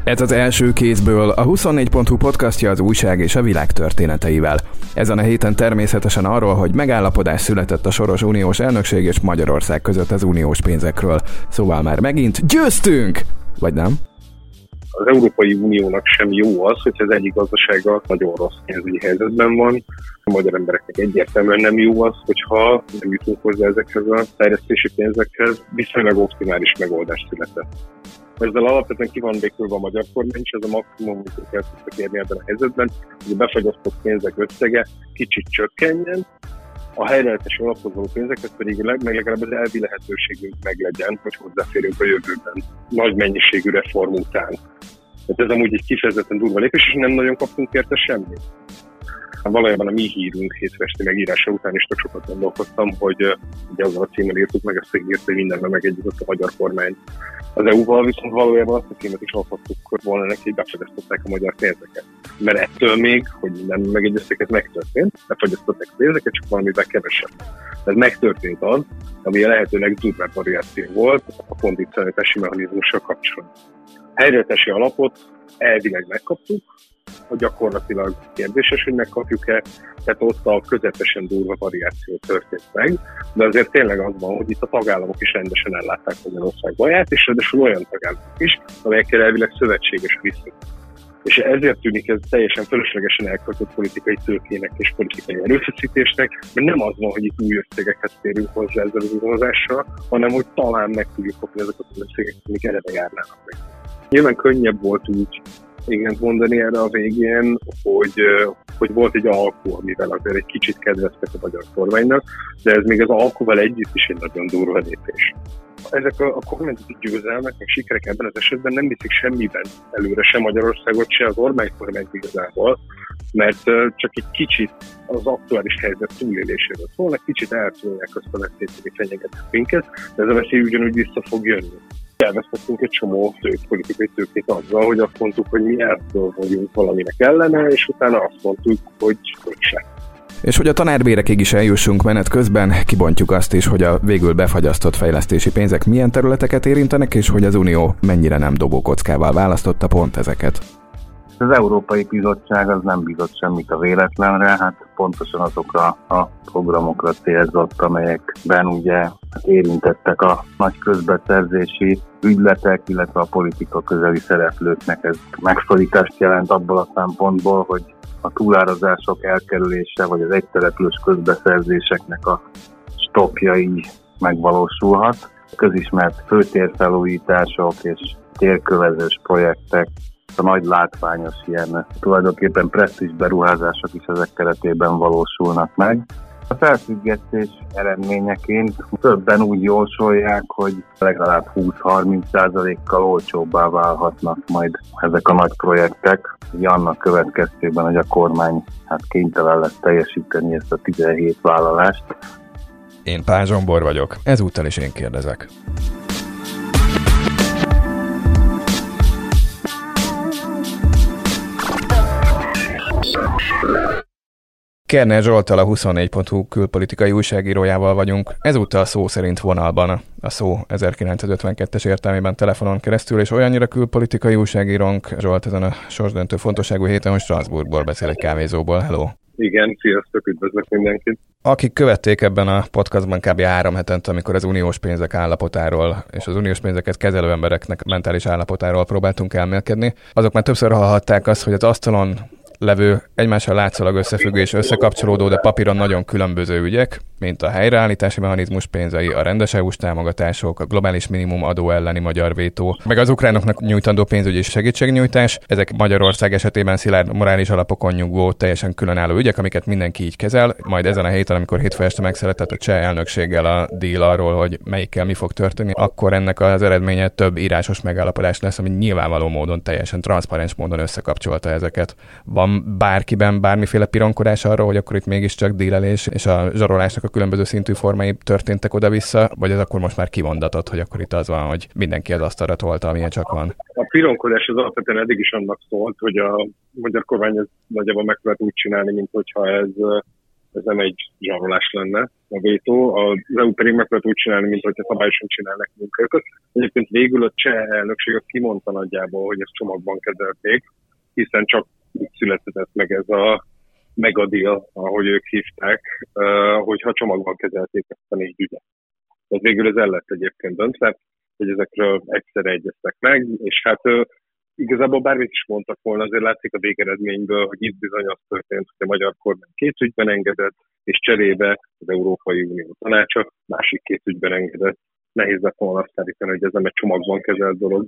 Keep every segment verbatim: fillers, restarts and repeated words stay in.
Ez az első kézből a huszonnégy pont hu podcastja az újság és a világ történeteivel. Ezen a héten természetesen arról, hogy megállapodás született a soros uniós elnökség és Magyarország között az uniós pénzekről. Szóval már megint győztünk! Vagy nem? Az Európai Uniónak sem jó az, hogyha az egyik gazdasága nagyon rossz pénzügyi helyzetben van. A magyar embereknek egyértelműen nem jó az, hogyha nem jutunk hozzá ezekhez a fejlesztési pénzekhez. Viszonylag optimális megoldás született. Ezzel alapvetően ki van békülve a magyar kormány, és ez a maximum, amit el tudtak érni ebben a helyzetben, hogy a befagyasztott pénzek összege kicsit csökkenjen, a helyreállítási alaphoz való pénzeket pedig meg legalább az elvi lehetőségünk meglegyen, hogy hozzáférjünk a jövőben nagy mennyiségű reform után. Tehát ez amúgy egy kifejezetten durva lépés, és nem nagyon kaptunk érte semmit. Valójában a mi hírünk hétfesti megírása után is tök sokat gondolkoztam, hogy ugye azzal a címmel írtuk meg, ezt írt, hogy mindenben megegyezett a magyar kormány az é u-val, viszont valójában azt a címet is alkottuk volna neki, hogy befagyasztották a magyar pénzeket. Mert ettől még, hogy minden megegyeztek, ez megtörtént, befagyasztották a pénzeket, csak valamivel kevesebb. Ez megtörtént az, ami a lehető legdurvább variáció volt a kondicionalitási mechanizmussal kapcsolatban. Helyreállítási alapot elvileg megkaptuk, hogy gyakorlatilag kérdéses, hogy megkapjuk-e, tehát ott a közepesen durva variáció történt meg, de azért tényleg az van, hogy itt a tagállamok is rendesen ellátták Magyarország baját, és ráadásul olyan tagállamok is, amelyekkel elvileg szövetséges viszont. És ezért tűnik ez teljesen fölöslegesen elköltött politikai tőkének és politikai erőfeszítésnek, mert nem az van, hogy itt új összegeket térünk hozzá ezzel az igazással, hanem hogy talán meg tudjuk kapni ezeket az összegeket, amik eleve járnának meg. Nyilván könnyebb volt úgy igen mondani erre a végén, hogy, hogy volt egy alkú, amivel azért egy kicsit kedveztek a magyar kormánynak, de ez még az alkúval együtt is egy nagyon durva lépés. Ezek a, a kormányzati győzelmek, meg sikerek ebben az esetben nem viszik semmiben előre, sem Magyarországot, se az Orbán kormányt igazából, mert csak egy kicsit az aktuális helyzet túléléséről szólnak, kicsit eltolják azt a veszélyt, hogy fenyegetnek minket, de ez a veszély ugyanúgy vissza fog jönni. Elvesztettünk egy csomó politikai tőkét azzal, hogy azt mondtuk, hogy mi ebből vagyunk valaminek ellene, és utána azt mondtuk, hogy sem. És hogy a tanárbérekig is eljussunk menet közben, kibontjuk azt is, hogy a végül befagyasztott fejlesztési pénzek milyen területeket érintenek, és hogy az Unió mennyire nem dobókockával választotta pont ezeket. Az Európai Bizottság az nem bízott semmit a véletlenre, hát pontosan azokra a programokra célzott, amelyekben ugye érintettek a nagy közbeszerzési ügyletek, illetve a politika közeli szereplőknek. Ez megszorítást jelent abból a szempontból, hogy a túlárazások elkerülése, vagy az egyszereplős közbeszerzéseknek a stoppjai megvalósulhat. Közismert főtérfelújítások és térkövezős projektek, a nagy látványos ilyen tulajdonképpen presztízs beruházások is ezek keretében valósulnak meg. A felfüggesztés eredményeként többen úgy jósolják, hogy legalább húsz-harminc százalékkal olcsóbbá válhatnak majd ezek a nagy projektek, annak következtében, hogy a kormány hát kénytelen lesz teljesíteni ezt a tizenhét vállalást. Én Pál Zsombor vagyok, ezúttal is én kérdezek. Kerner Zsolttal, a huszonnégy pont hu külpolitikai újságírójával vagyunk. Ezúttal szó szerint vonalban, a szó ezerkilencszázötvenkettes értelmében telefonon keresztül, és olyannyira külpolitikai újságírónk Zsolt ezen a sorsdöntő fontosságú héten, hogy Strasbourgból beszél egy kávézóból. Hello! Igen, sziasztok, üdvözlök mindenkit! Akik követték ebben a podcastban kb. három hetente, amikor az uniós pénzek állapotáról és az uniós pénzeket kezelő embereknek mentális állapotáról próbáltunk elmélkedni, azok már többször hallhatták azt, hogy az asztalon levő, egymással látszólag összefüggő és összekapcsolódó, de papíron nagyon különböző ügyek, mint a helyreállítási mechanizmus pénzei, a rendes é u-s támogatások, a globális minimum adó elleni magyar vétó, meg az ukránoknak nyújtandó pénzügyi segítségnyújtás, ezek Magyarország esetében szilárd morális alapokon nyugvó, teljesen különálló ügyek, amiket mindenki így kezel. Majd ezen a héten, amikor hétfő este megszületett a cseh elnökséggel a deal arról, hogy melyikkel mi fog történni, akkor ennek az eredménye több írásos megállapodás lesz, ami nyilvánvaló módon, teljesen transzparens módon összekapcsolta ezeket. Van bárkiben bármiféle pironkodás arra, hogy akkor itt mégiscsak dílelés és a zsarolásnak a különböző szintű formái történtek oda-vissza, vagy ez akkor most már kimondatott, hogy akkor itt az van, hogy mindenki az asztalra tolta, amilyen csak van? A pironkodás az alapvetően eddig is annak szólt, hogy a magyar kormány ez nagyjából megpróbált úgy csinálni, mint hogyha ez ez nem egy zsarolás lenne a vétó. Az é u pedig meg lehet úgy csinálni, mint hogyha szabályosan csinálnak munkákat. Egyébként végül a cseh elnökség azt kimondta nagyjából, hogy ezt csomagban kezelték, hiszen csak úgy született meg ez a megadeal, ahogy ők hívták, hogyha csomagban kezelték ezt a négy ügyet. Tehát végül ez el lett egyébként döntve, hogy ezekről egyszerre egyeztek meg, és hát igazából bármit is mondtak volna, azért látszik a végeredményből, hogy itt bizony az történt, hogy a magyar kormány két ügyben engedett, és cserébe az Európai Unió Tanácsa másik két ügyben engedett. Nehéz lett volna azt állítani, hogy ez nem egy csomagban kezelt dolog.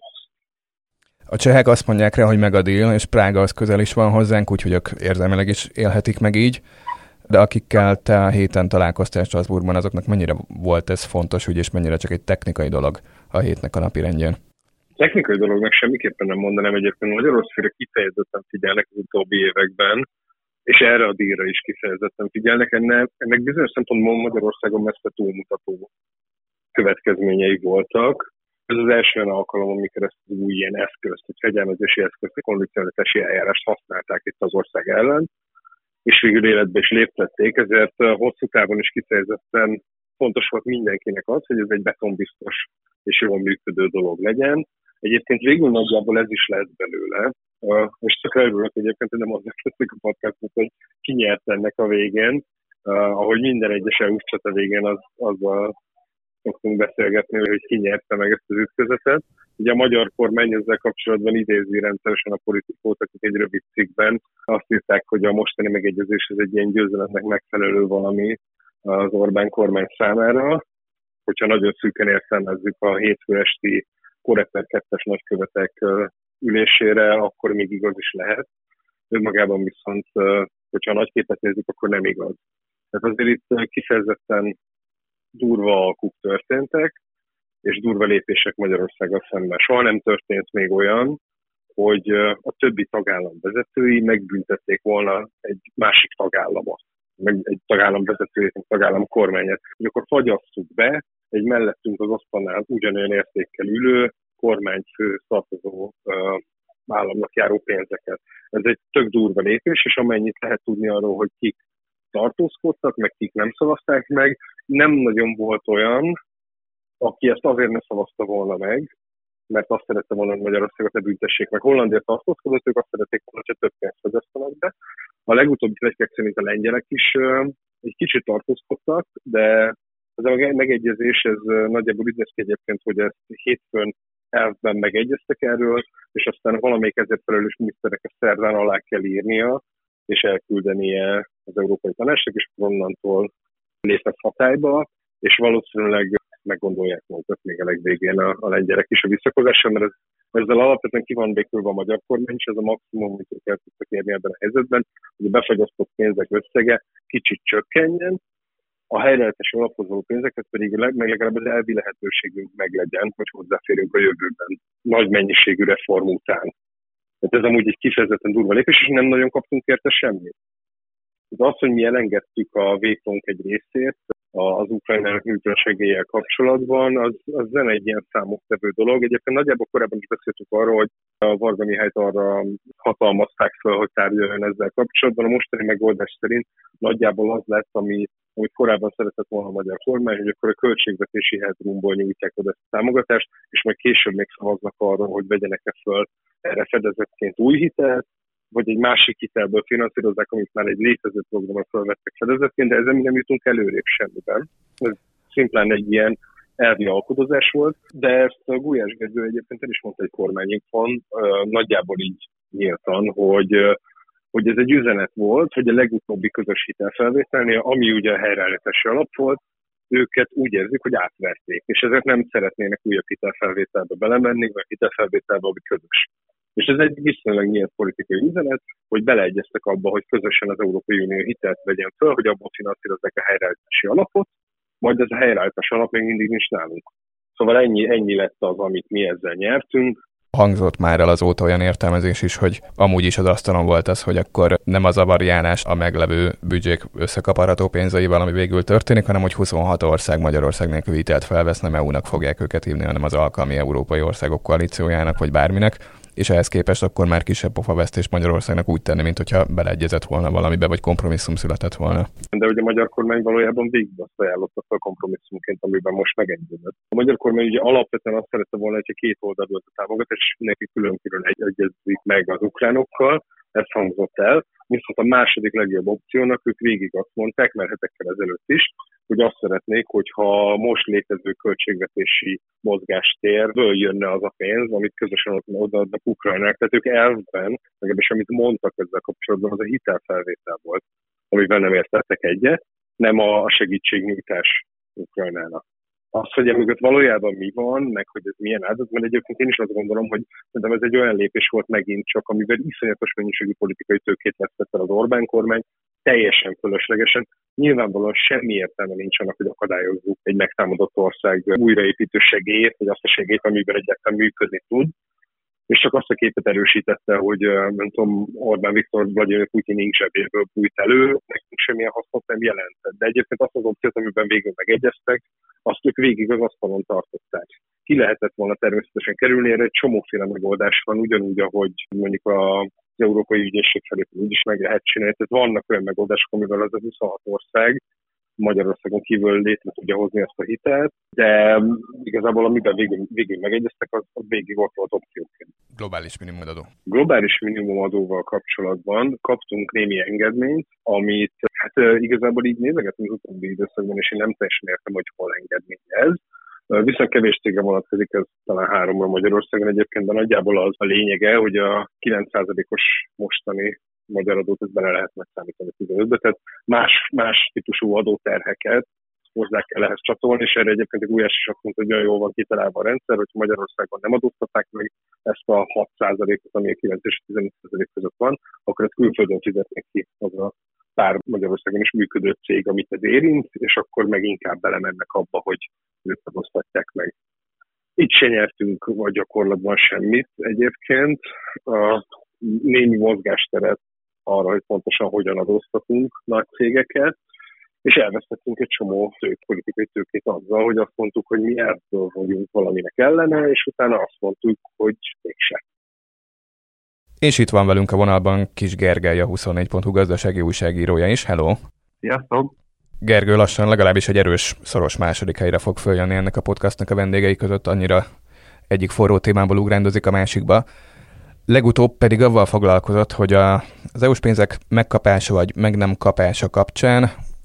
A csehek azt mondják rá, hogy meg a deal, és Prága az közel is van hozzánk, úgyhogy ők érzelmileg is élhetik meg így. De akikkel te a héten találkoztál Strasbourgban, azoknak mennyire volt ez fontos ügy, és mennyire csak egy technikai dolog a hétnek a napirendjén? Technikai dolognak semmiképpen nem mondanám, egyébként Magyarországra kifejezetten figyelnek az utóbbi években, és erre a díjra is kifejezetten figyelnek. Ennek, ennek bizonyos szempontból Magyarországon messze túlmutató következményei voltak. Ez az első olyan alkalom, amikor ezt az új ilyen eszközt, egy fegyelmezési eszközt, a kondicionalitási eljárást használták itt az ország ellen, és végül életbe is léptették, ezért hosszú távon is kifejezetten fontos volt mindenkinek az, hogy ez egy betonbiztos és jól működő dolog legyen. Egyébként végül nagyjából ez is lett belőle, és csak örülök egyébként, hogy nem aznak lesznek a podcastot, hogy ki nyert ennek a végén, ahogy minden egyes é u-s csata végén az, azzal szoktunk beszélgetni, hogy ki nyerte meg ezt az ütközetet. Ugye a magyar kormány ezzel kapcsolatban idézi rendszeresen a politikót, akik egy rövid cikkben azt írták, hogy a mostani megegyezés ez egy ilyen győzelemnek megfelelő valami az Orbán kormány számára. Hogyha nagyon szűken értelmezzük a hétfő esti Coreper kettes nagykövetek ülésére, akkor még igaz is lehet. Önmagában viszont, hogyha a nagyképet nézzük, akkor nem igaz. Tehát azért itt kifejezetten durva alkuk történtek, és durva lépések Magyarországgal szemben. Soha nem történt még olyan, hogy a többi tagállam vezetői megbüntették volna egy másik tagállamot, meg egy tagállam vezetőjét, egy tagállam kormányát. Hogy akkor fagyasszuk be egy mellettünk az asztalnál ugyanolyan értékkel ülő kormányfő tartozó uh, államnak járó pénzeket. Ez egy tök durva lépés, és amennyit lehet tudni arról, hogy kik tartózkodtak, meg kik nem szavazták meg, nem nagyon volt olyan, aki ezt azért ne szavazta volna meg, mert azt szerette volna, hogy Magyarországot ne büntessék meg. Hollandia tartózkodott, ők azt szerették volna, hogy több pénzt fogyasztanak be. A legutóbbi pletykák szerint a lengyelek is uh, egy kicsit tartózkodtak, de ez a megegyezés, ez uh, nagyjából úgy néz ki egyébként, hogy ezt hétfőn elvben megegyeztek erről, és aztán valamelyik ezért felelős miniszternek ezt szerdán alá kell írnia, és elküldenie az Európai Tanácsnak, és onnantól lépett hatályba, és valószínűleg meggondolják magukat még a legvégén a, a lengyelek is a visszakozásra, mert ez, ezzel alapvetően ki van békülve a magyar kormány is, ez a maximum, amit ők el tudtak érni ebben a helyzetben, hogy a befagyasztott pénzek összege kicsit csökkenjen, a helyreállítási alaphoz való pénzeket pedig meg legalább az elvi lehetőségünk meglegyen, hogy hozzáférjünk a jövőben nagy mennyiségű reform után. Tehát ez amúgy egy kifejezetten durva lépés, és nem nagyon kaptunk érte semmit. Az az, hogy mi elengedtük a vétónk egy részét az Ukrajnának nyújtott segéllyel kapcsolatban, az, az nem egy ilyen számottevő dolog. Egyébként nagyjából korábban is beszéltük arról, hogy a Varga Mihályt arra hatalmazták fel, hogy tárgyaljon ezzel kapcsolatban. A mostani megoldás szerint nagyjából az lett, ami, amit korábban szeretett volna a magyar kormány, hogy akkor a költségvetési headroomból nyújtják oda ezt a támogatást, és majd később még szavaznak arról, hogy vegyenek-e föl erre fedezetként új hitelt, vagy egy másik hitelből finanszírozzák, amit már egy létező programra felvettek fedezetként, de ezzel mi nem jutunk előrébb semmiben. Ez szimplán egy ilyen elvi alkudozás volt, de ezt a Gulyás Gergő egyébként el is mondta egy kormányunkon, nagyjából így nyíltan, hogy, hogy ez egy üzenet volt, hogy a legutóbbi közös hitelfelvételnél, ami ugye a helyreállítási alap volt, őket úgy érzik, hogy átverték, és ezért nem szeretnének újabb hitelfelvételbe belemenni, vagy hitelfelvételbe, ami közös. És ez egy viszonylag nyílt politikai üzenet, hogy beleegyeztek abba, hogy közösen az Európai Unió hitelt vegyen föl, hogy abban finanszírozzák a helyreállítási alapot, majd ez a helyreállítási alap még mindig nincs nálunk. Szóval ennyi, ennyi lett az, amit mi ezzel nyertünk. Hangzott már el azóta olyan értelmezés is, hogy amúgy is az asztalon volt az, hogy akkor nem az a variálás a meglevő büdzsék összekaparható pénzeivel, ami végül történik, hanem hogy huszonhat ország Magyarország nélkül hitelt felvesz, nem é u-nak fogják őket hívni, hanem az alkalmi európai országok koalíciójának, vagy bárminek. és ehhez képest akkor már kisebb pofavesztés Magyarországnak úgy tenni, mint hogyha beleegyezett volna valamibe, vagy kompromisszum született volna. De ugye a magyar kormány valójában végig azt ajánlotta fel kompromisszumként, amiben most megegyezett. A magyar kormány ugye alapvetően azt szerette volna, hogyha két oldalú a támogatás, és neki külön-külön egyezik meg az ukránokkal, ez hangzott el. Viszont a második legjobb opciónak ők végig azt mondták, mert hetekkel ezelőtt is, hogy azt szeretnék, hogyha most létező költségvetési mozgástérből jönne az a pénz, amit közösen odaadnak Ukrajnának. Tehát ők elvben, legalábbis amit mondtak ezzel kapcsolatban, az a hitelfelvétel volt, amivel nem értettek egyet, nem a segítségnyújtás Ukrajnának. Az, hogy emögött valójában mi van, meg hogy ez milyen áldozat, mert egyébként én is azt gondolom, hogy szerintem ez egy olyan lépés volt megint csak, amivel iszonyatos mennyiségű politikai tőkét vesztett el az Orbán kormány, teljesen fölöslegesen. Nyilvánvalóan semmi értelme nincs annak, hogy akadályozzuk egy megtámadott ország újraépítő segélyét, vagy azt a segélyt, amiben egyáltalán működni tud. És csak azt a képet erősítette, hogy nem tudom, Orbán Viktor Vladimir Putyin ink zsebéből bújt elő, nekünk semmilyen hasznot nem jelentett. De egyébként azt az opciót, amiben végül megegyeztek, azt ők végig az asztalon tartották. Ki lehetett volna természetesen kerülni, erre egy csomóféle megoldás van, ugyanúgy, ahogy mondjuk az Európai Ügyészség felé úgy is meg lehet csinálni. Tehát vannak olyan megoldások, amivel az a huszonhat ország Magyarországon kívül létre tudja hozni ezt a hitelt, de igazából amiben végig, végig megegyeztek, az, az végig ott volt opcióként. Globális minimumadó. Globális minimumadóval kapcsolatban kaptunk némi engedményt, amit hát igazából így nézegetünk az utóbbi időszakban, és én nem teljesen értem, hogy hol engedmény ez. Viszont kevés cégre vonatkozik, ez talán háromra Magyarországon egyébként, de nagyjából az a lényege, hogy a kilenc százalékos mostani magyar adót ezt bele lehet megszámítani tizenötbe, tehát más, más típusú adóterheket hozzá kell ehhez csatolni, és erre egyébként egy Gulyás is azt mondta, hogy olyan jól van kitalálva a rendszer, hogy Magyarországon nem adóztatták meg ezt a hat százalékot, ami a kilenc és tizenöt százalék között van, akkor ezt külföldön fizetnek ki az a pár Magyarországon is működő cég, amit ez érint, és akkor meg inkább belemennek abba, hogy ők adóztatják meg. Itt se nyertünk vagy gyakorlatban semmit egyébként. A némi mozgásteret arra, hogy pontosan hogyan adóztatunk nagy cégeket, és elvesztettünk egy csomó tők, politikai tőkét azzal, hogy azt mondtuk, hogy mi ebből vagyunk valaminek ellene, és utána azt mondtuk, hogy mégsem. És itt van velünk a vonalban Kis Gergely, a huszonnégy pont hu gazdasági újságírója is. Hello! Sziasztok! Gergő lassan legalábbis egy erős, szoros második helyre fog följönni ennek a podcastnak a vendégei között, annyira egyik forró témából ugrándozik a másikba. Legutóbb pedig avval foglalkozott, hogy a, az é u-s pénzek megkapása vagy meg nem kapása kapcsán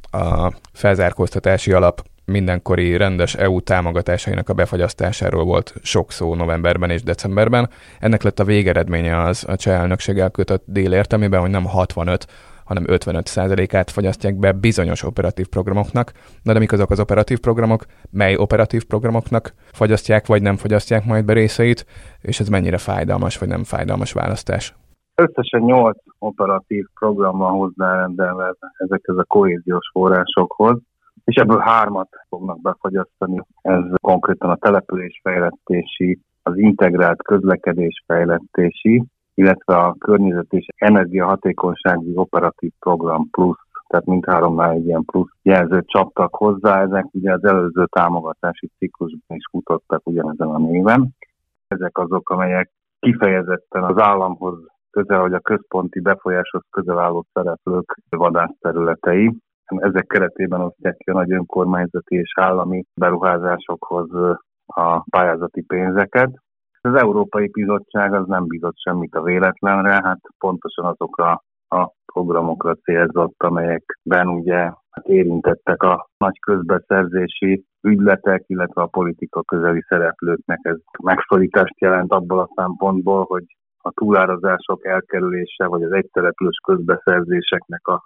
a felzárkóztatási alap mindenkori rendes é u támogatásainak a befagyasztásáról volt sok szó novemberben és decemberben. Ennek lett a végeredménye az a cseh elnökséggel kötött dél értelmében, hogy nem hatvanöt, hanem ötvenöt százalékát fagyasztják be bizonyos operatív programoknak. Na de mik azok az operatív programok? Mely operatív programoknak fagyasztják vagy nem fagyasztják majd be részeit? És ez mennyire fájdalmas vagy nem fájdalmas választás? Összesen nyolc operatív program van hozzárendelve ezekhez a kohéziós forrásokhoz, és ebből hármat fognak befagyasztani. Ez konkrétan a településfejlesztési, az integrált közlekedésfejlesztési, illetve a környezet és energiahatékonysági operatív program plusz, tehát mindháromnál egy ilyen plusz jelzőt csaptak hozzá. Ezek ugye az előző támogatási ciklusban is futottak ugyanezen a néven. Ezek azok, amelyek kifejezetten az államhoz közel, vagy a központi befolyáshoz közel álló szereplők vadászterületei. Ezek keretében osztják ki a nagy önkormányzati és állami beruházásokhoz a pályázati pénzeket. Az Európai Bizottság az nem bízott semmit a véletlenre, hát pontosan azokra a programokra célzott, amelyekben ugye hát érintettek a nagy közbeszerzési ügyletek, illetve a politika közeli szereplőknek. Ez megszorítást jelent abból a szempontból, hogy a túlárazások elkerülése, vagy az egyszereplős közbeszerzéseknek a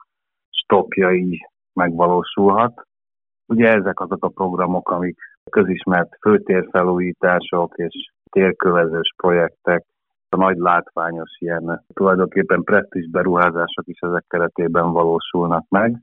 stoppjai megvalósulhat. Ugye ezek azok a programok, amik közismert főtérfelújítások és térkövezős projektek, a nagy látványos ilyen tulajdonképpen presztízs beruházások is ezek keretében valósulnak meg.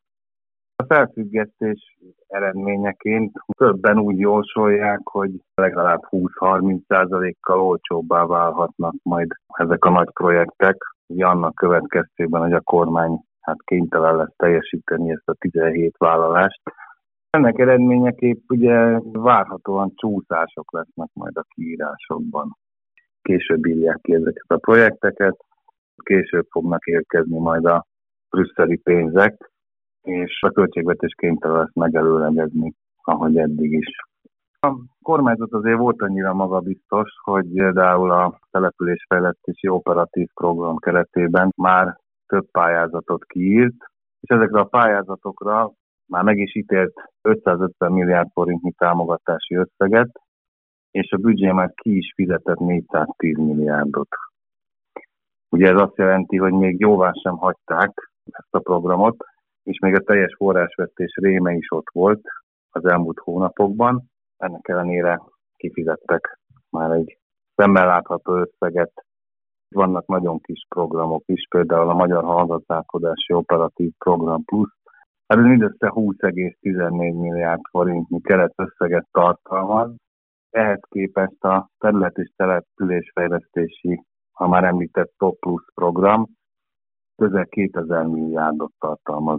A felfüggesztés eredményeként többen úgy jósolják, hogy legalább húsz-harminc százalékkal olcsóbbá válhatnak majd ezek a nagy projektek, ugye annak következtében, hogy a kormány hát kénytelen lesz teljesíteni ezt a tizenhét vállalást. Ennek eredményeképp ugye várhatóan csúszások lesznek majd a kiírásokban. később írják ki ezeket a projekteket, később fognak érkezni majd a brüsszeli pénzek, és a költségvetés kénytelen lesz megelőlegezni, ahogy eddig is. A kormányzat azért volt annyira magabiztos, hogy például a településfejlesztési operatív program keretében már több pályázatot kiírt, és ezekre a pályázatokra már meg is ítélt ötszázötven milliárd forintnyi támogatási összeget, és a büdzsé már ki is fizetett négyszáztíz milliárdot. Ugye ez azt jelenti, hogy még jóvá sem hagyták ezt a programot, és még a teljes forrásvesztés réme is ott volt az elmúlt hónapokban. Ennek ellenére kifizettek már egy szemmel látható összeget. Vannak nagyon kis programok is, például a Magyar Hallgazdálkodási Operatív Program Plusz. Ez mindössze húsz egész tizennégy milliárd forintnyi keretösszeget tartalmaz. Ehhez képest a terület- és településfejlesztési, ha már említett Top Plus program, közel kétezer milliárdot tartalmaz.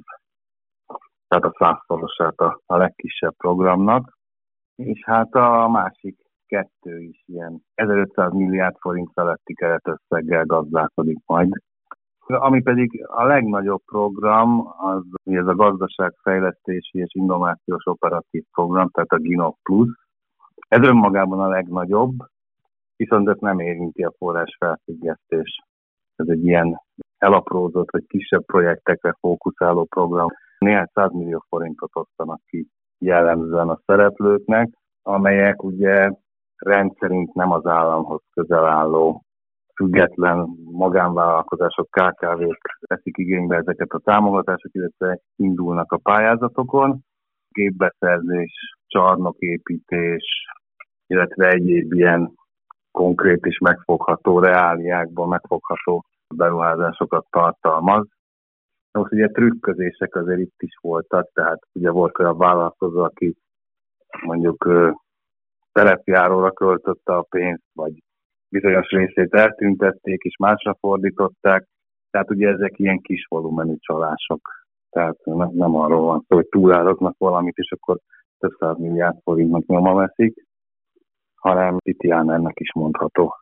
Tehát a százszorosát a, a legkisebb programnak. És hát a másik kettő is ilyen ezerötszáz milliárd forint feletti keretösszeggel gazdálkodik majd. Ami pedig a legnagyobb program, az ez a gazdaságfejlesztési és innovációs operatív program, tehát a GINOP Plus. Ez önmagában a legnagyobb, viszont ezt nem érinti a forrás felfüggesztés. Ez egy ilyen elaprózott vagy kisebb projektekre fókuszáló program. Néhány százmillió forintot osztanak ki jellemzően a szereplőknek, amelyek ugye rendszerint nem az államhoz közel álló független magánvállalkozások, ká ká vék veszik igénybe ezeket a támogatásokat, illetve indulnak a pályázatokon. Gépbeszerzés, csarnoképítés, illetve egyéb ilyen konkrét és megfogható reáliákban megfogható beruházásokat tartalmaz. Most ugye trükközések azért itt is voltak, tehát ugye volt olyan vállalkozó, aki mondjuk terepjáróra költötte a pénzt, vagy bizonyos részét eltüntették, és másra fordították. Tehát ugye ezek ilyen kis volumenű csalások. Tehát nem, nem arról van szó, hogy túláraznak valamit, és akkor több száz milliárd forintnak nyoma veszik, hanem Titiánernek is mondható.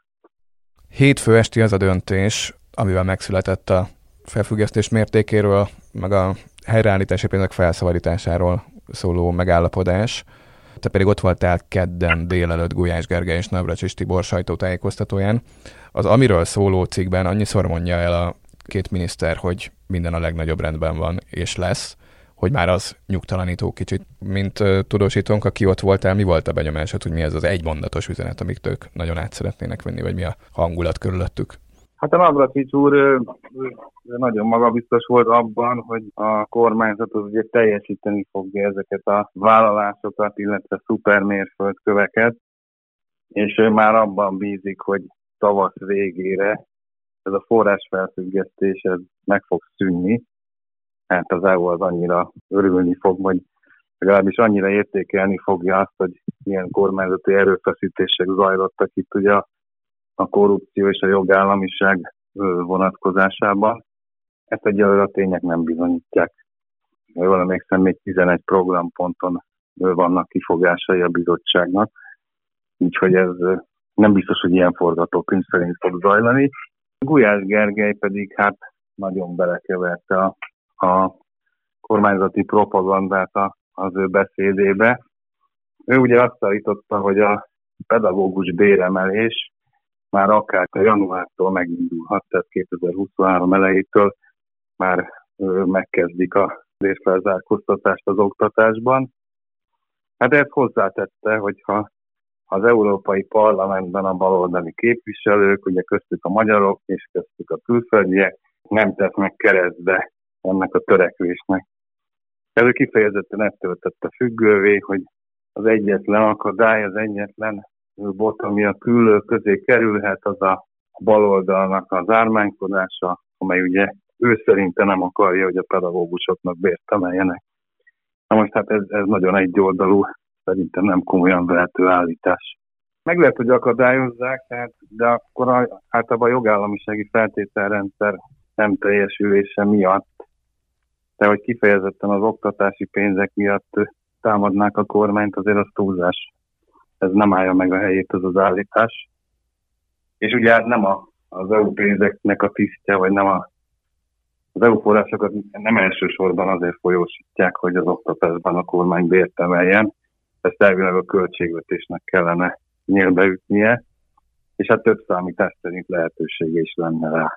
Hétfő esti az a döntés, amivel megszületett a felfüggesztés mértékéről, meg a helyreállítási pénzek felszabadításáról szóló megállapodás. Te pedig ott voltál kedden délelőtt Gulyás Gergely és Navracsics Tibor sajtótájékoztatóján. Az amiről szóló cikkben annyiszor mondja el a két miniszter, hogy minden a legnagyobb rendben van és lesz, hogy már az nyugtalanító kicsit. Mint uh, tudósítónk, aki ott voltál, mi volt a benyomásod, hogy mi ez az egymondatos üzenet, amit ők nagyon át szeretnének venni, vagy mi a hangulat körülöttük? Hát a Navracsics úr ő, ő nagyon magabiztos volt abban, hogy a kormányzat az ugye teljesíteni fogja ezeket a vállalásokat, illetve szupermérföldköveket, és ő már abban bízik, hogy tavasz végére ez a forrásfelfüggesztés ez meg fog szűnni. Hát az é u az annyira örülni fog, hogy legalábbis annyira értékelni fogja azt, hogy milyen kormányzati erőfeszítések zajlottak itt ugye a a korrupció és a jogállamiság vonatkozásában. Ezt egyelőre a tények nem bizonyítják. Jól emlékszem, még tizenegy programponton vannak kifogásai a bizottságnak, úgyhogy ez nem biztos, hogy ilyen forgatókönyv szerint fog zajlani. Gulyás Gergely pedig hát nagyon belekeverte a, a kormányzati propagandát a, az ő beszédébe. Ő ugye azt állította, hogy a pedagógus béremelés már akár a januártól megindulhat, tehát kétezer-huszonhárom elejétől már megkezdik a részfelzárkóztatást az oktatásban. Hát ezt hozzátette, hogyha az Európai Parlamentben a baloldali képviselők, ugye köztük a magyarok és köztük a külföldiek nem tesznek keresztbe ennek a törekvésnek. Ez kifejezetten ettől tette függővé, hogy az egyetlen akadály, az egyetlen bot, ami a küllő közé kerülhet, az a baloldalnak az ármánykodása, amely ugye ő szerinte nem akarja, hogy a pedagógusoknak bért emeljenek. Na most hát ez, ez nagyon egyoldalú, szerintem nem komolyan vehető állítás. Meg lehet, hogy akadályozzák, tehát, de akkor a, általában a jogállamisági feltételrendszer nem teljesülése miatt, de hogy kifejezetten az oktatási pénzek miatt támadnák a kormányt, azért az túlzás. Ez nem állja meg a helyét, ez az állítás. És ugye hát nem a, az é u pénzeknek a tisztje, vagy nem a, az é u forrásokat nem elsősorban azért folyósítják, hogy az oktatásban a kormány bért emeljen, ezt elvileg a költségvetésnek kellene nyílbeütnie, és hát több számítás szerint lehetősége is lenne rá.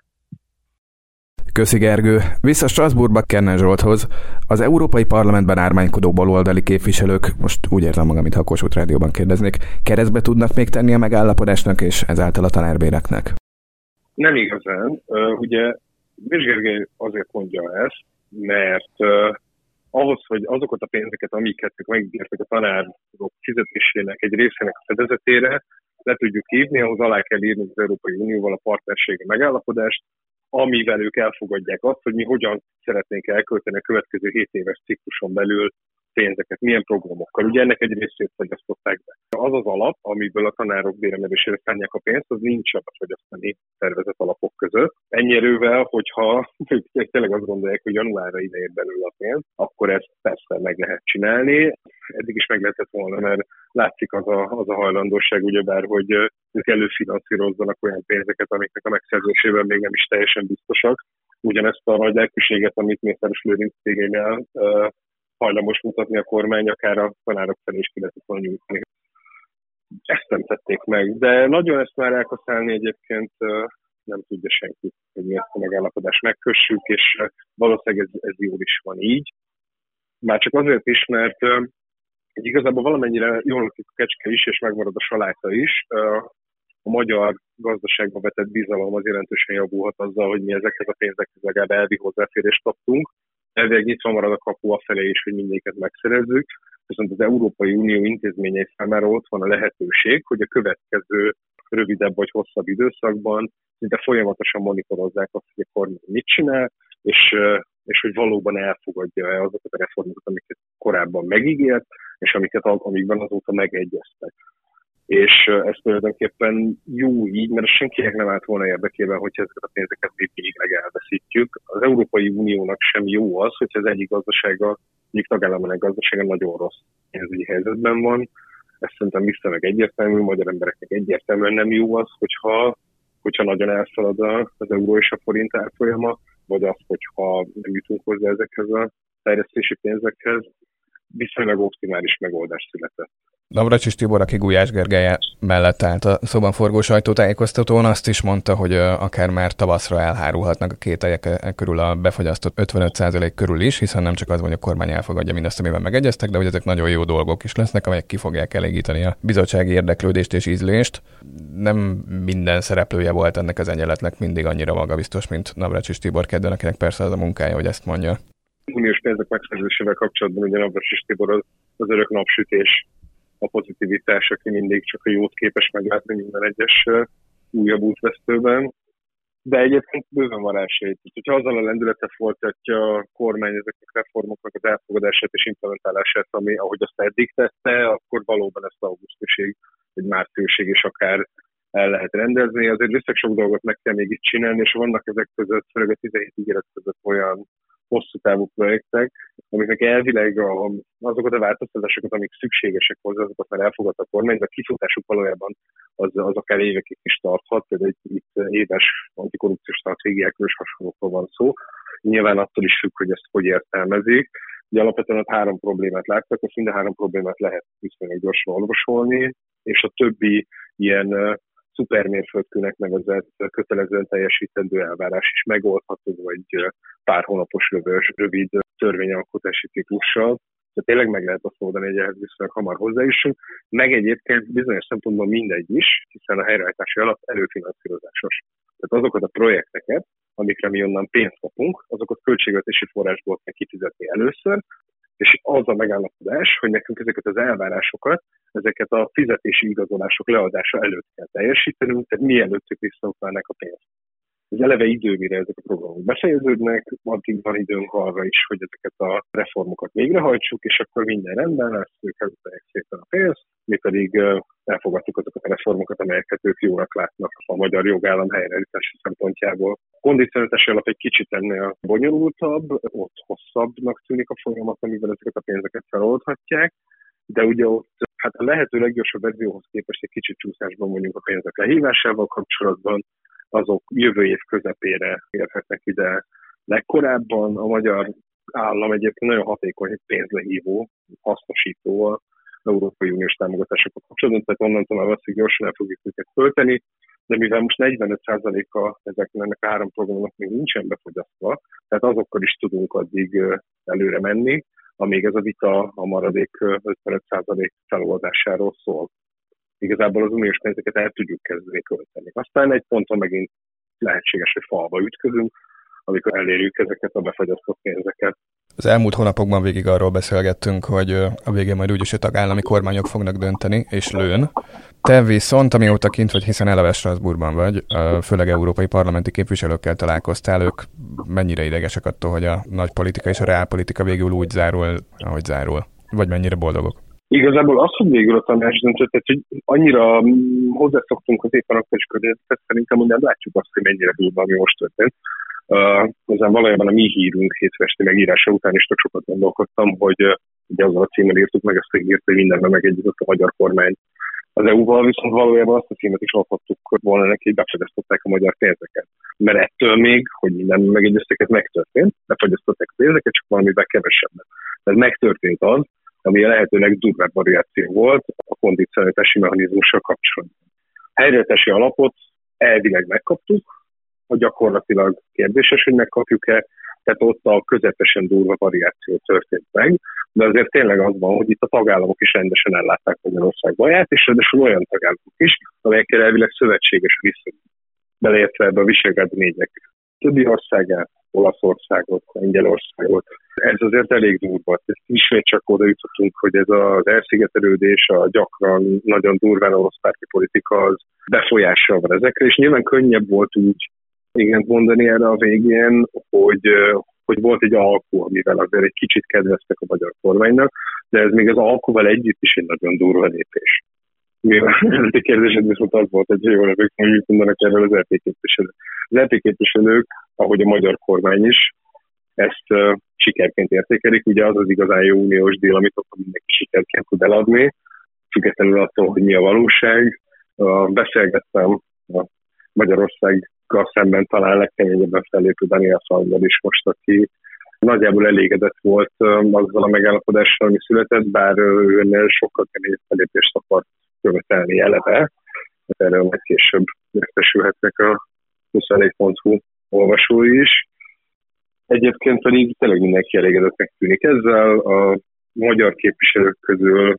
Köszi Gergő. Vissza Strasbourgba Kernen Zsolthoz. Az Európai Parlamentben ármánykodó baloldali képviselők, most úgy értem magam, mintha a Kossuth Rádióban kérdeznék, keresztbe tudnak még tenni a megállapodásnak és ezáltal a tanárbéreknek? Nem igazán. Uh, ugye Bés Gergely azért mondja ezt, mert uh, ahhoz, hogy azokat a pénzeket, amiket megígértek a tanárok fizetésének egy részének a fedezetére, le tudjuk hívni, ahhoz alá kell írni az Európai Unióval a partnerségi megállapodást, amivel ők elfogadják azt, hogy mi hogyan szeretnénk elkölteni a következő hét éves cikluson belül pénzeket, milyen programokkal. Ugye ennek egy részét fogyasztották be. Az az alap, amiből a tanárok béremelésére szánják a pénzt, az nincs a fogyasztani tervezett alapok között. Ennyi erővel, hogyha tényleg azt gondolják, hogy januárra ide ér belőle a pénz, akkor ezt persze meg lehet csinálni. Eddig is meg lehetett volna, mert látszik az a, az a hajlandóság, ugyebár, hogy ők előfinanszírozzanak olyan pénzeket, amiknek a megszerzésében még nem is teljesen biztosak. Ugyanezt a nagy lelkűséget, amit Mészáros Lőrinc cégénél uh, hajlamos mutatni a kormány, akár a tanárok felé is ki lehetett volna nyújtani. Ezt nem tették meg, de nagyon ezt már elkaszálni egyébként uh, nem tudja senki, hogy mi ezt a megállapodást megkössük, és uh, valószínűleg ez, ez jól is van így. Már csak azért is, mert uh, igazából valamennyire jól lakik a kecske is, és megmarad a saláta is. Uh, a magyar gazdaságba vetett bizalom az jelentősen javulhat azzal, hogy mi ezekhez a pénzekhez legalább elvi hozzáférést kaptunk. Elvileg nyitva marad a kapu afelé is, hogy mindéket megszerezzük, viszont az Európai Unió intézményei számára ott van a lehetőség, hogy a következő rövidebb vagy hosszabb időszakban szinte folyamatosan monitorozzák azt, hogy a kormány mit csinál, és, és hogy valóban elfogadja-e azokat a reformokat, amiket korábban megígért, és amiket, amikben azóta megegyeztek. És ez tulajdonképpen jó így, mert senkinek nem állt volna érdekében, hogyha ezeket a pénzeket végig elveszítjük. Az Európai Uniónak sem jó az, hogyha az egyik gazdasága, egyik tagállamának gazdasága nagyon rossz pénzügyi helyzetben van. Ez szerintem viszonylag egyértelmű, magyar embereknek egyértelműen nem jó az, hogyha, hogyha nagyon elszalad az euró és a forint árfolyama, vagy az, hogyha nem jutunk hozzá ezekhez a fejlesztési pénzekhez. Viszonylag optimális megoldás született. Navracsis Tibor, aki Gulyás Gergely mellett állt a szóban forgó sajtótájékoztatón, azt is mondta, hogy akár már tavaszra elhárulhatnak a kételyek körül a befogyasztott ötvenöt százalék körül is, hiszen nem csak az, hogy a kormány elfogadja mindazt, amiben megegyeztek, de hogy ezek nagyon jó dolgok is lesznek, amelyek ki fogják elégíteni a bizottsági érdeklődést és ízlést. Nem minden szereplője volt ennek az egyenletnek mindig annyira magabiztos, mint Navracsis Tibor kedden, akinek persze az a munkája, hogy ezt mondja. Uniós pénzek megszerzésével kapcsolatban ugye Navracsis Tibor az, az örök napsütés, a pozitivitás, aki mindig csak a jót képes meglátni minden egyes újabb útvesztőben. De egyébként bőven van esély. Hogyha azzal a lendületet folytatja a kormány ezeknek a reformoknak az elfogadását és implementálását, ami ahogy azt eddig tette, akkor valóban ezt augusztusig, vagy márciusig is akár el lehet rendezni. Azért viszont sok dolgot meg kell még itt csinálni, és vannak ezek között, főleg a tizenhét ígéret között olyan hosszú távú projektek, amiknek elvileg a, azokat a változtatásokat, amik szükségesek hozzá, azokat már elfogadta a kormány, de a kifutásuk valójában az, az akár évekig is tarthat, például itt éves antikorrupciós stratégiákról és hasonlókról van szó. Nyilván attól is függ, hogy ezt hogy értelmezik. Ugye alapvetően ott három problémát láttak, és mind a három problémát lehet viszonylag gyorsan orvosolni, és a többi ilyen szupermérföldkőnek nevezett kötelezően teljesítendő elvárás is megoldható, vagy pár hónapos rövös, rövid törvényalkotási ciklussal. De tényleg meg lehet azt mondani, hogy ehhez viszonylag hamar hozzájussunk. Meg egyébként bizonyos szempontból mindegy is, hiszen a helyreállítási alap előfinanszírozásos. Tehát azokat a projekteket, amikre mi onnan pénzt kapunk, azokat költségvetési forrásból kell kifizetni először, és az a megállapodás, hogy nekünk ezeket az elvárásokat, ezeket a fizetési igazolások leadása előtt kell teljesítenünk, tehát mielőtt ők visszautalnák a pénzt. Ez eleve idő, mire ezek a programok befejeződnek, addig van időnk arra is, hogy ezeket a reformokat végrehajtsuk, és akkor minden rendben lesz, ők elutalják szépen a pénzt, mi pedig elfogadtuk azokat a reformokat, amelyeket ők jónak látnak a magyar jogállam helyreállítási szempontjából. A kondicionalitási alap egy kicsit ennél bonyolultabb, ott hosszabbnak tűnik a folyamat, amivel ezeket a pénzeket feloldhatják, de ugye ott Hát a lehető leggyorsabb verzióhoz képest egy kicsit csúszásban mondjuk a pénzek lehívásával kapcsolatban, azok jövő év közepére érhetnek ide legkorábban. A magyar állam egyébként nagyon hatékony pénzlehívó, hasznosító az Európai Uniós támogatásokkal kapcsolatban, tehát onnantól már valószínűleg gyorsan el fogjuk őket költeni, de mivel most negyvenöt százaléka ezeknek a három programnak még nincsen befogyasztva, tehát azokkal is tudunk addig előre menni, amíg ez a vita a maradék ötvenöt százalék feloldásáról szól. Igazából az uniós pénzeket el tudjuk kezdeni költeni. Aztán egy ponton megint lehetséges, hogy falba ütközünk, amikor elérjük ezeket a befagyasztott pénzeket. Az elmúlt hónapokban végig arról beszélgettünk, hogy a végén majd úgyis a tagállami kormányok fognak dönteni, és lőn. Te viszont, amióta kint vagy, hiszen eleve Strasbourgban vagy, főleg európai parlamenti képviselőkkel találkoztál, ők mennyire idegesek attól, hogy a nagy politika és a reálpolitika végül úgy zárul, ahogy zárul? Vagy mennyire boldogok? Igazából az, hogy végül a tanács döntött, hogy annyira hozzászoktunk az éppen akkor is környezetet, szerintem, hogy nem látjuk azt, hogy mennyire durva, ami most történt. Uh, ezen valójában a mi hírünk hétfesti megírása után is tök sokat gondolkodtam, hogy uh, ugye azzal a címmel írtuk meg, ezt írt, hogy mindenben megegyezett a magyar kormány az é u-val, viszont valójában azt a címet is adhattuk volna neki, hogy befagyasztották a magyar pénzeket. Mert ettől még, hogy mindenben megegyeztek, ez megtörtént, befagyasztották a pénzeket, csak valamivel kevesebbet. Tehát megtörtént az, ami a lehető legdurvább variáció volt a kondicionalitási mechanizmussal kapcsolatban. Helyreállítási alapot elvileg megkaptuk, a gyakorlatilag kérdéses, hogy megkapjuk-e, tehát ott a közepesen durva variáció történt meg, de azért tényleg az van, hogy itt a tagállamok is rendesen ellátták Magyarország baját, és ráadásul olyan tagállamok is, amelyekkel elvileg szövetséges viszony. Beleértve ebbe a Visegrádi négyek többi országát, Olaszországot, Lengyelországot. Ez azért elég durva. Ezt ismét csak oda jutottunk, hogy ez az elszigetelődés, a gyakran nagyon durván orosz párti politika az befolyással van ezekre, és nyilván könnyebb volt úgy igen mondani erre a végén, hogy, hogy volt egy alkú, amivel azért egy kicsit kedveztek a magyar kormánynak, de ez még az alkúval együtt is egy nagyon durva lépés. Mivel a kérdésed viszont az volt, hogy jól nevük, hogy mit mondanak erről az é pé képviselők. Az é pé képviselők, ahogy a magyar kormány is, ezt uh, sikerként értékelik. Ugye az az igazán jó uniós díl, amit akkor mindenki sikerként tud eladni, függetlenül attól, hogy mi a valóság. Uh, beszélgettem a Magyarországgal szemben talán legkeményebben fellépő Daniel Sandler is most, aki nagyjából elégedett volt uh, azzal a megállapodással, ami született, bár ő ennél sokkal keményebb fellépést akart követelni eleve. Erről majd később értesülhetnek a huszonnégy pont hu olvasói is. Egyébként pedig tényleg mindenki elégedettnek tűnik ezzel. A magyar képviselők közül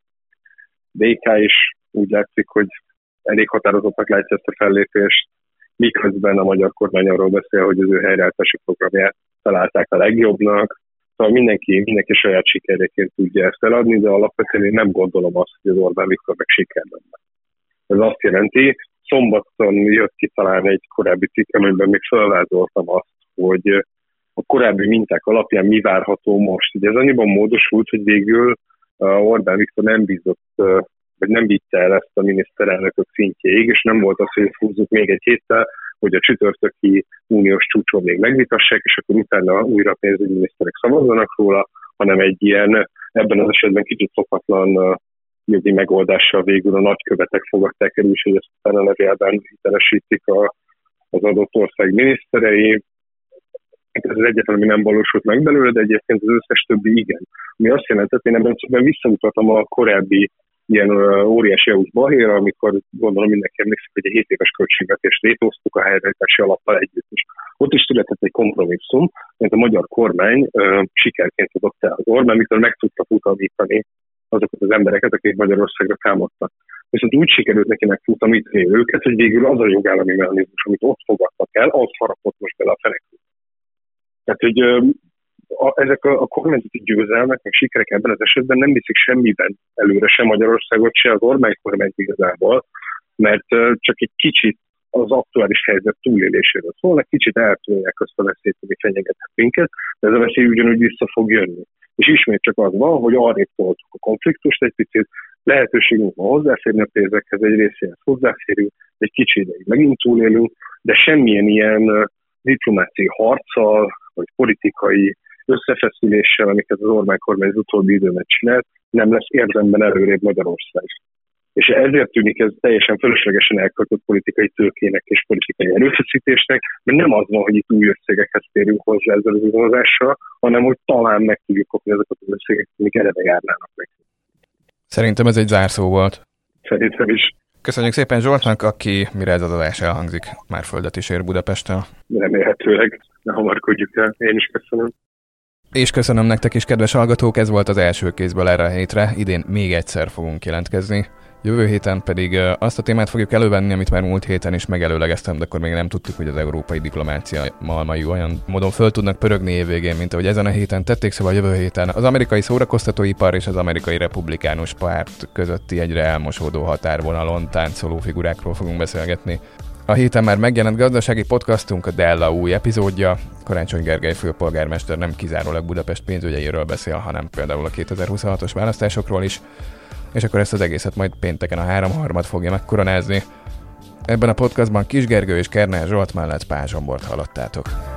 dé ká is úgy látszik, hogy elég határozottak látja ezt a fellépést, miközben a magyar kormány arról beszél, hogy az ő helyreállítási programját találták a legjobbnak. Szóval mindenki, mindenki saját sikereként tudja ezt eladni, de alapvetően én nem gondolom azt, hogy az Orbán Viktor meg siker lenne. Ez azt jelenti, szombaton jött ki talán egy korábbi cikkem, amiben még felvázoltam azt, hogy a korábbi minták alapján mi várható most. Ugye ez annyiban módosult, hogy végül Orbán Viktor nem bízott, vagy nem vitte el ezt a miniszterelnökök szintjéig, és nem volt az, hogy húzzuk még egy héttel, hogy a csütörtöki uniós csúcson még megvitassák, és akkor utána újra pénzügyminiszterek szavazzanak róla, hanem egy ilyen, ebben az esetben kicsit szokatlan jogi megoldással végül a nagykövetek fogadták el, úgyhogy ezt utána levélben hitelesítik a, az adott ország miniszterei. Ez az egyetlen, ami nem valósult meg belőle, de egyébként az összes többi igen. Ami azt jelenti, hogy én ebben szóval visszamutatom a korábbi ilyen óriási é u-s balhéra, amikor gondolom mindenki emlékszik, hogy egy hét éves költségvetést létoztuk a helyreállítási alappal együtt is. Ott is született egy kompromisszum, mert a magyar kormány uh, sikerként adott el. Az Orbán Viktor meg tudta futamítani azokat az embereket, akik Magyarországra támadtak. Viszont úgy sikerült neki megfutamítani őket, hogy végül az a jogállami mechanizmus, amit ott fogadtak el, az harapott most bele a fenekül. Tehát, hogy uh, a, ezek a, a kormányzati győzelmek, meg sikerek ebben az esetben nem viszik semmiben előre, sem Magyarországot, se az Orbán kormányt igazából, mert uh, csak egy kicsit az aktuális helyzet túléléséről szólnak, kicsit eltűnják azt a veszélyt, ami fenyegethet minket, de ez a veszély ugyanúgy vissza fog jönni. És ismét csak az van, hogy arrébb toltuk a konfliktust egy picit, lehetőségünk van hozzáférni a pénzekhez, egy részéhez hozzáférünk, egy kicsi ideig megint túlélünk, de semmilyen ilyen diplomáciai harccal, vagy politikai összefeszüléssel, amiket az Orbán kormány az utóbbi időben csinált, nem lesz érdemben előrébb Magyarország. És ezért tűnik ez teljesen fölöslegesen elköltött politikai tőkének és politikai erőfeszítésnek, mert nem az van, hogy itt új összegekhez térünk hozzá ezzel az igazolással, hanem hogy talán meg tudjuk kapni azokat az összegeket, amik eleve járnának meg. Szerintem ez egy zárszó volt. Szerintem is. Köszönjük szépen Zsoltnak, aki, mire ez az adás elhangzik, már földet is ér Budapesten. Remélhetőleg, ne hamarkodjuk el. Én is köszönöm. És köszönöm nektek is, kedves hallgatók, ez volt az első kézből erre a hétre. Idén még egyszer fogunk jelentkezni. Jövő héten pedig azt a témát fogjuk elővenni, amit már múlt héten is megelőlegeztem, de akkor még nem tudtuk, hogy az európai diplomácia malmai olyan módon föl tudnak pörögni évvégén, mint ahogy ezen a héten tették, szóval jövő héten az amerikai szórakoztatóipar és az amerikai republikánus párt közötti egyre elmosódó határvonalon táncoló figurákról fogunk beszélgetni. A héten már megjelent gazdasági podcastunk, a Della új epizódja. Karácsony Gergely főpolgármester nem kizárólag Budapest pénzügyeiről beszél, hanem például a kétezer-huszonhatos választásokról is. És akkor ezt az egészet majd pénteken a háromharmad fogja megkoronázni. Ebben a podcastban Kis Gergő és Kerner Zsolt mellett Pál Zsombort hallottátok.